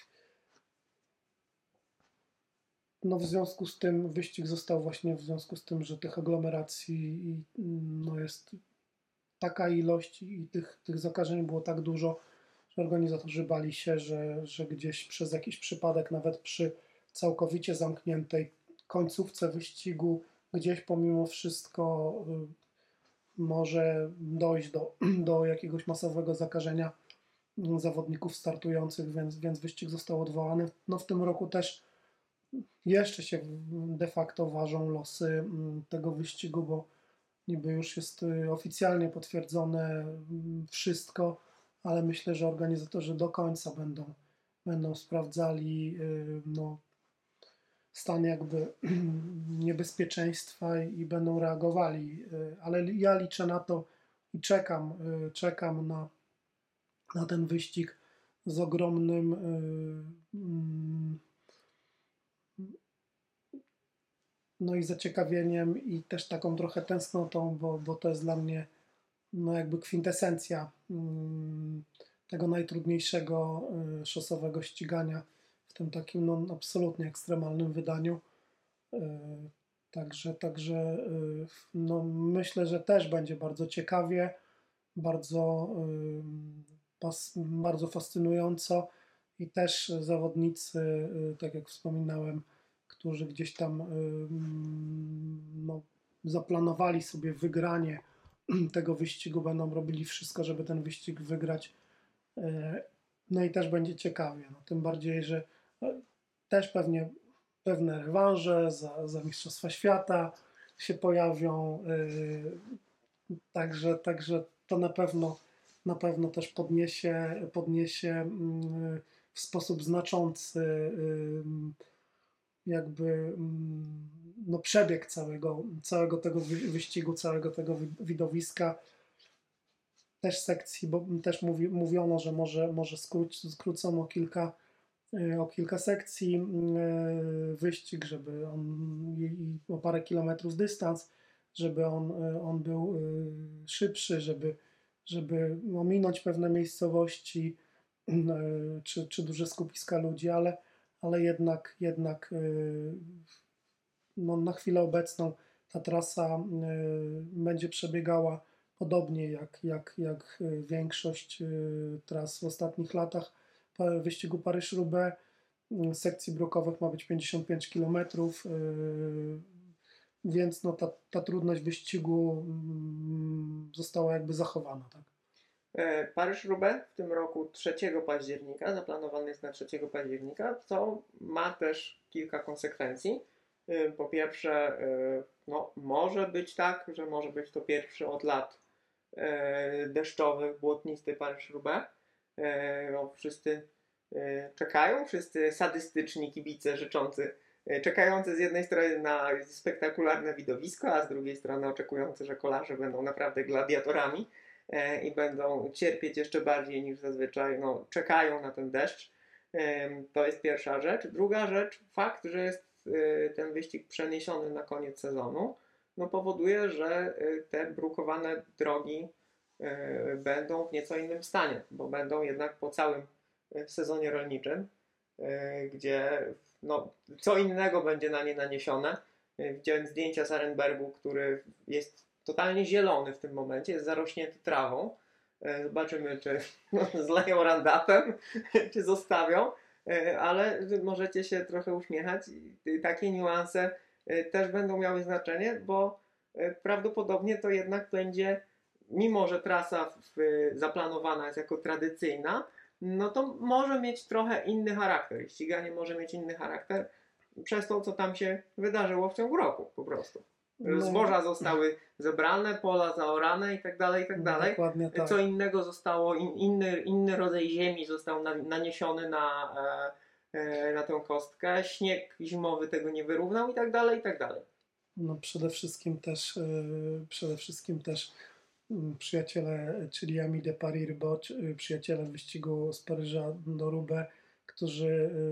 no w związku z tym wyścig został właśnie w związku z tym, że tych aglomeracji no jest taka ilość i tych, tych zakażeń było tak dużo, że organizatorzy bali się, że, że gdzieś przez jakiś przypadek, nawet przy całkowicie zamkniętej końcówce wyścigu, gdzieś pomimo wszystko y, może dojść do, do jakiegoś masowego zakażenia zawodników startujących, więc, więc wyścig został odwołany. No w tym roku też jeszcze się de facto ważą losy tego wyścigu, bo niby już jest y, oficjalnie potwierdzone mm, wszystko, ale myślę, że organizatorzy do końca będą, będą sprawdzali y, no, stan jakby niebezpieczeństwa i będą reagowali. Y, Ale ja liczę na to i czekam, y, czekam na, na ten wyścig z ogromnym y, mm, no i zaciekawieniem i też taką trochę tęsknotą, bo, bo to jest dla mnie no jakby kwintesencja mm, tego najtrudniejszego y, szosowego ścigania w tym takim no, absolutnie ekstremalnym wydaniu. Y, Także, także y, no, myślę, że też będzie bardzo ciekawie, bardzo, y, pas, bardzo fascynująco i też zawodnicy, y, tak jak wspominałem, którzy gdzieś tam y, no, zaplanowali sobie wygranie tego wyścigu, będą robili wszystko, żeby ten wyścig wygrać. Y, No i też będzie ciekawie. No, tym bardziej, że no, też pewnie pewne rewanże za, za Mistrzostwa Świata się pojawią. y, Także, także to na pewno, na pewno też podniesie, podniesie mm, w sposób znaczący ym, jakby mm, no przebieg całego, całego tego wy- wyścigu, całego tego wi- widowiska. Też sekcji, bo też mówi, mówiono, że może, może skróć, skrócono kilka, y, o kilka sekcji y, wyścig, żeby on i, i o parę kilometrów dystans, żeby on, y, on był y, szybszy, żeby, żeby ominąć pewne miejscowości y, czy, czy duże skupiska ludzi, ale, ale jednak, jednak y, no, na chwilę obecną ta trasa y, będzie przebiegała podobnie jak, jak, jak y, większość y, tras w ostatnich latach pa- wyścigu Paryż-Roubaix. Y, Sekcji brukowych ma być pięćdziesiąt pięć kilometrów, y, więc no, ta, ta trudność wyścigu mm, została jakby zachowana. Tak? E, Paryż-Roubaix w tym roku trzeciego października, zaplanowany jest na trzeciego października, co ma też kilka konsekwencji. E, Po pierwsze, e, no, może być tak, że może być to pierwszy od lat e, deszczowy, błotnisty Paryż-Roubaix. E, No, wszyscy e, czekają, wszyscy sadystyczni kibice życzący, e, czekający z jednej strony na spektakularne widowisko, a z drugiej strony oczekujący, że kolarze będą naprawdę gladiatorami e, i będą cierpieć jeszcze bardziej niż zazwyczaj, no, czekają na ten deszcz. E, To jest pierwsza rzecz. Druga rzecz, fakt, że jest e, ten wyścig przeniesiony na koniec sezonu, no, powoduje, że e, te brukowane drogi e, będą w nieco innym stanie, bo będą jednak po całym e, sezonie rolniczym, e, gdzie no, co innego będzie na nie naniesione. E, Widziałem zdjęcia z Arenbergu, który jest totalnie zielony w tym momencie, jest zarośnięty trawą. E, Zobaczymy, czy no, zleją randapem, czy zostawią, E, ale możecie się trochę uśmiechać. I takie niuanse e, też będą miały znaczenie, bo e, prawdopodobnie to jednak będzie, mimo że trasa w, zaplanowana jest jako tradycyjna, no to może mieć trochę inny charakter. Ściganie może mieć inny charakter przez to, co tam się wydarzyło w ciągu roku po prostu. No, Zboża zostały zebrane, pola zaorane i tak dalej, i tak dalej. dokładnie tak. Co innego zostało, in, inny, inny rodzaj ziemi został na, naniesiony na, e, e, na tę kostkę, śnieg zimowy tego nie wyrównał i tak dalej, i tak dalej. No przede wszystkim też, yy, przede wszystkim też yy, przyjaciele, czyli Ami de Paris-Roubaix, yy, przyjaciele wyścigu z Paryża do Roubaix, którzy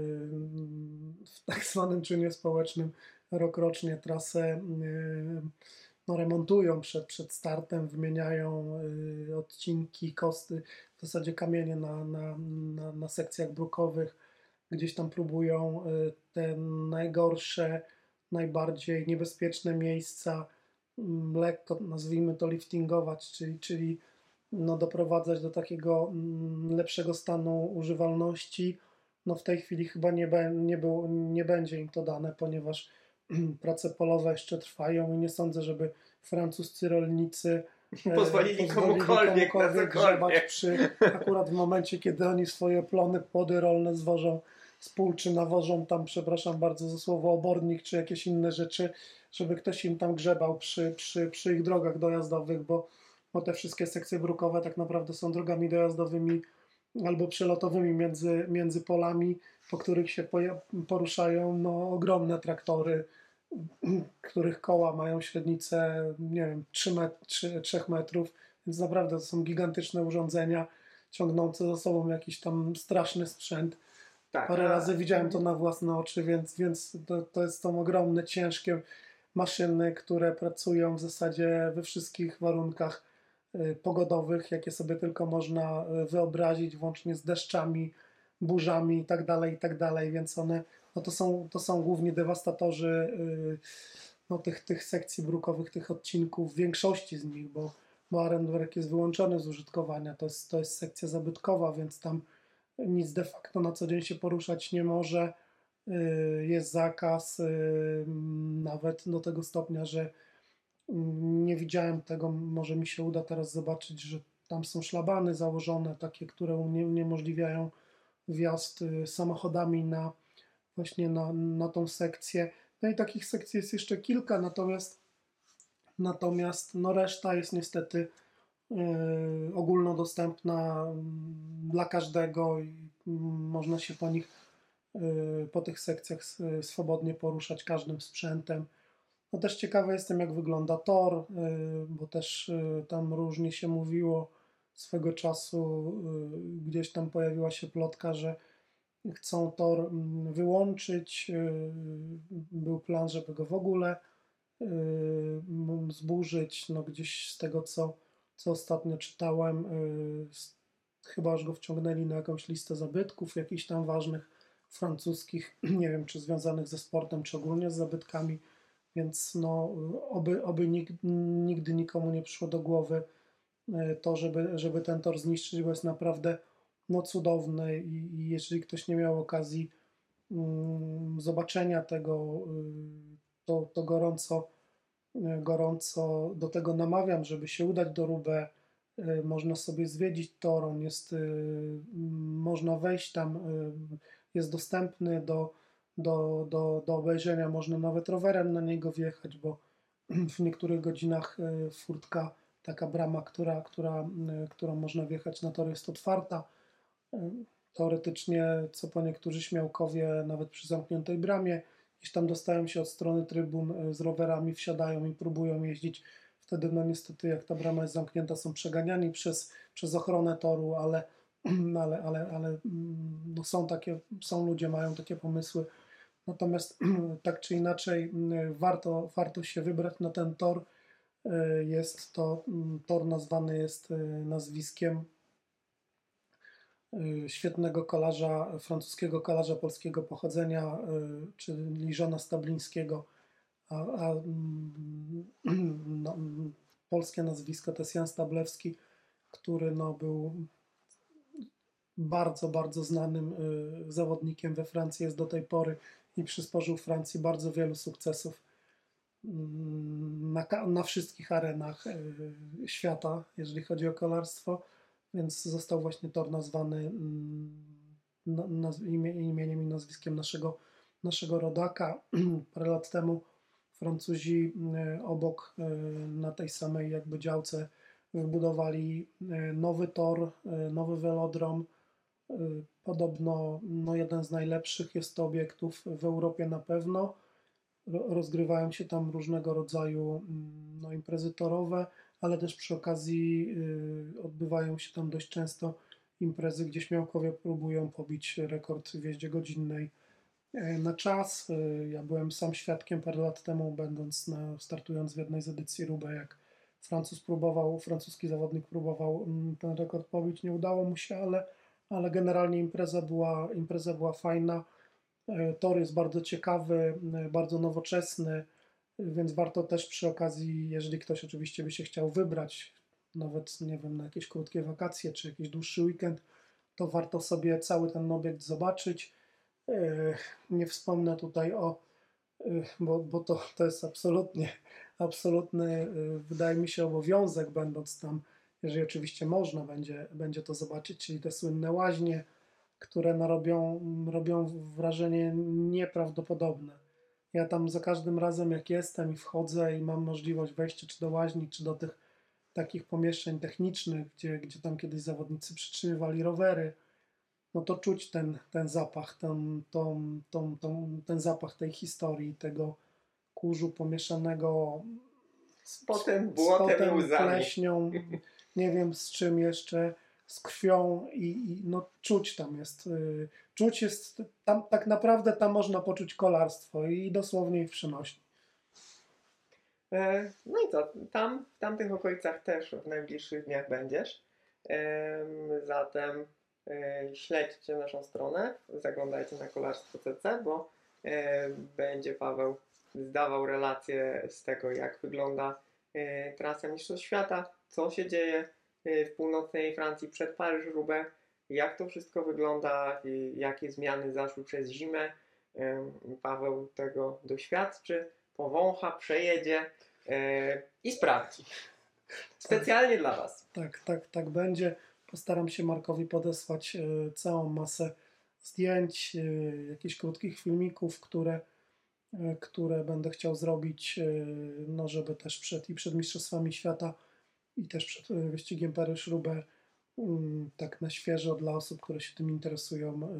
yy, w tak zwanym czynie społecznym rokrocznie trasę yy, no, remontują przed, przed startem, wymieniają yy, odcinki, kosty, w zasadzie kamienie na, na, na, na sekcjach brukowych, gdzieś tam próbują yy, te najgorsze, najbardziej niebezpieczne miejsca mm, lekko, nazwijmy to, liftingować, czyli, czyli no, doprowadzać do takiego mm, lepszego stanu używalności. No w tej chwili chyba nie, be, nie, był, nie będzie im to dane, ponieważ prace polowe jeszcze trwają i nie sądzę, żeby francuscy rolnicy e, Pozwolili komukolwiek na grzebać cokolwiek. przy, akurat w momencie, kiedy oni swoje plony, płody rolne zwożą z pól, czy nawożą tam, przepraszam bardzo za słowo, obornik, czy jakieś inne rzeczy, żeby ktoś im tam grzebał przy, przy, przy ich drogach dojazdowych, bo, bo te wszystkie sekcje brukowe tak naprawdę są drogami dojazdowymi albo przelotowymi między, między polami, po których się poruszają no, ogromne traktory, których koła mają średnicę, nie wiem, trzy metrów, więc naprawdę to są gigantyczne urządzenia, ciągnące za sobą jakiś tam straszny sprzęt. Tak, Parę a- razy widziałem to na własne oczy, więc, więc to, to jest są ogromne, ciężkie maszyny, które pracują w zasadzie we wszystkich warunkach y, pogodowych, jakie sobie tylko można y, wyobrazić, włącznie z deszczami, burzami i tak dalej, i tak dalej, więc one, no to są, to są głównie dewastatorzy y, no, tych, tych sekcji brukowych, tych odcinków, większości z nich, bo, bo Arenberg jest wyłączony z użytkowania, to jest, to jest sekcja zabytkowa, więc tam nic de facto na co dzień się poruszać nie może. Y, Jest zakaz, y, nawet do tego stopnia, że mm, nie widziałem tego, może mi się uda teraz zobaczyć, że tam są szlabany założone, takie, które unie- uniemożliwiają wjazd y, samochodami na właśnie na, na tą sekcję. No i takich sekcji jest jeszcze kilka, natomiast natomiast no reszta jest niestety y, ogólnodostępna mm, dla każdego i mm, można się po nich, y, po tych sekcjach s- swobodnie poruszać każdym sprzętem. No też ciekawy jestem, jak wygląda tor, y, bo też y, tam różnie się mówiło swego czasu, y, gdzieś tam pojawiła się plotka, że chcą tor mm, wyłączyć. y, Był plan, żeby go w ogóle y, m, zburzyć. No gdzieś z tego, co, co ostatnio czytałem, y, s- chyba już go wciągnęli na jakąś listę zabytków, jakichś tam ważnych francuskich, nie wiem, czy związanych ze sportem, czy ogólnie z zabytkami, więc no, oby, oby nig- nigdy nikomu nie przyszło do głowy y, to, żeby, żeby ten tor zniszczyć, bo jest naprawdę no, cudowny i, i jeżeli ktoś nie miał okazji mm, zobaczenia tego, y, to, to gorąco, y, gorąco do tego namawiam, żeby się udać do Roubaix. Y, Można sobie zwiedzić tor, on jest, y, mm, można wejść tam, y, jest dostępny do, do, do, do obejrzenia, można nawet rowerem na niego wjechać, bo w niektórych godzinach y, furtka, taka brama, która, która, y, którą można wjechać na tor, jest otwarta. Y, Teoretycznie, co po niektórzy śmiałkowie, nawet przy zamkniętej bramie, gdzieś tam dostają się od strony trybun y, z rowerami, wsiadają i próbują jeździć. Wtedy, no niestety, jak ta brama jest zamknięta, są przeganiani przez, przez ochronę toru, ale, ale, ale, ale mm, no są takie, są ludzie, mają takie pomysły. Natomiast tak czy inaczej, y, warto, warto się wybrać na ten tor. Y, Jest to, mm, tor nazwany jest y, nazwiskiem y, świetnego kolarza, francuskiego kolarza polskiego pochodzenia, y, czyli Żona Stablińskiego, a, a mm, no, mm, polskie nazwisko to jest Jan Stablewski, który no, był bardzo, bardzo znanym y, zawodnikiem we Francji, jest do tej pory i przysporzył Francji bardzo wielu sukcesów mm, na, ka- na wszystkich arenach y, świata, jeżeli chodzi o kolarstwo, więc został właśnie tor nazwany mm, na, naz- imie, imieniem i nazwiskiem naszego, naszego rodaka. Parę lat temu Francuzi y, obok, y, na tej samej jakby działce wybudowali y, nowy tor, y, nowy velodrom. Y, Podobno no, jeden z najlepszych jest to obiektów w Europie na pewno. Ro- Rozgrywają się tam różnego rodzaju mm, no, imprezy torowe, ale też przy okazji y, odbywają się tam dość często imprezy, gdzie śmiałkowie próbują pobić rekord w jeździe godzinnej e, na czas. Y, Ja byłem sam świadkiem parę lat temu, będąc na, startując w jednej z edycji Roubaix, jak Francuz próbował, francuski zawodnik próbował mm, ten rekord pobić, nie udało mu się, ale, ale generalnie impreza była, impreza była fajna. E, Tor jest bardzo ciekawy, e, bardzo nowoczesny, e, więc warto też przy okazji, jeżeli ktoś oczywiście by się chciał wybrać, nawet nie wiem, na jakieś krótkie wakacje czy jakiś dłuższy weekend, to warto sobie cały ten obiekt zobaczyć. E, Nie wspomnę tutaj o, e, bo, bo to, to jest absolutnie, absolutny, e, wydaje mi się, obowiązek, będąc tam, jeżeli oczywiście można będzie, będzie to zobaczyć, czyli te słynne łaźnie, które no robią, robią wrażenie nieprawdopodobne. Ja tam za każdym razem jak jestem i wchodzę i mam możliwość wejścia czy do łaźni, czy do tych takich pomieszczeń technicznych, gdzie, gdzie tam kiedyś zawodnicy przytrzymywali rowery, no to czuć ten, ten zapach, ten, tą, tą, tą, ten zapach tej historii, tego kurzu pomieszanego Z potem, z błotem i potem, łzami. pleśnią, nie wiem z czym jeszcze, z krwią i, i no czuć tam jest, y, czuć jest, tam tak naprawdę tam można poczuć kolarstwo i dosłownie i w przenośni. E, No i co, tam, w tamtych okolicach też w najbliższych dniach będziesz. Em, Zatem e, śledźcie naszą stronę, zaglądajcie na kolarstwo C C, bo e, będzie Paweł zdawał relacje z tego, jak wygląda e, trasa Mistrzostw Świata, co się dzieje e, w północnej Francji przed Paryż-Roubaix, jak to wszystko wygląda, i jakie zmiany zaszły przez zimę. Em, Paweł tego doświadczy, powącha, przejedzie e, i sprawdzi. Specjalnie dla Was. Tak, tak, tak będzie. Postaram się Markowi podesłać e, całą masę zdjęć, e, jakichś krótkich filmików, które, e, które będę chciał zrobić, e, no żeby też przed i przed Mistrzostwami Świata i też przed e, wyścigiem Paryż-Roubaix, mm, tak na świeżo dla osób, które się tym interesują, e,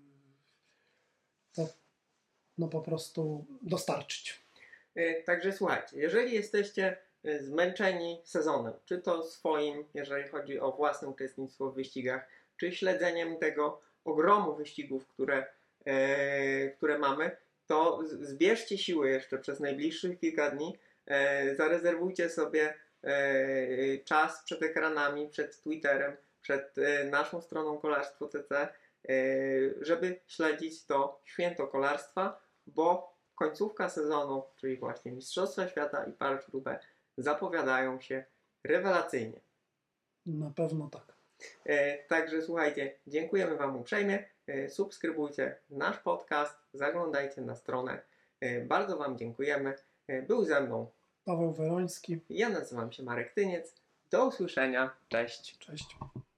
to no po prostu dostarczyć. E, Także słuchajcie, jeżeli jesteście e, zmęczeni sezonem, czy to swoim, jeżeli chodzi o własne uczestnictwo w wyścigach, czy śledzeniem tego ogromu wyścigów, które, e, które mamy, to z- zbierzcie siły jeszcze przez najbliższych kilka dni, e, zarezerwujcie sobie e, czas przed ekranami, przed Twitterem, przed e, naszą stroną Kolarstwo C C, e, żeby śledzić to święto kolarstwa, bo końcówka sezonu, czyli właśnie Mistrzostwa Świata i Paryż-Roubaix, zapowiadają się rewelacyjnie. Na pewno tak. E, także słuchajcie, dziękujemy Wam uprzejmie. E, subskrybujcie nasz podcast, zaglądajcie na stronę. E, bardzo Wam dziękujemy. E, był ze mną. Paweł Weroński. Ja nazywam się Marek Tyniec. Do usłyszenia. Cześć. Cześć.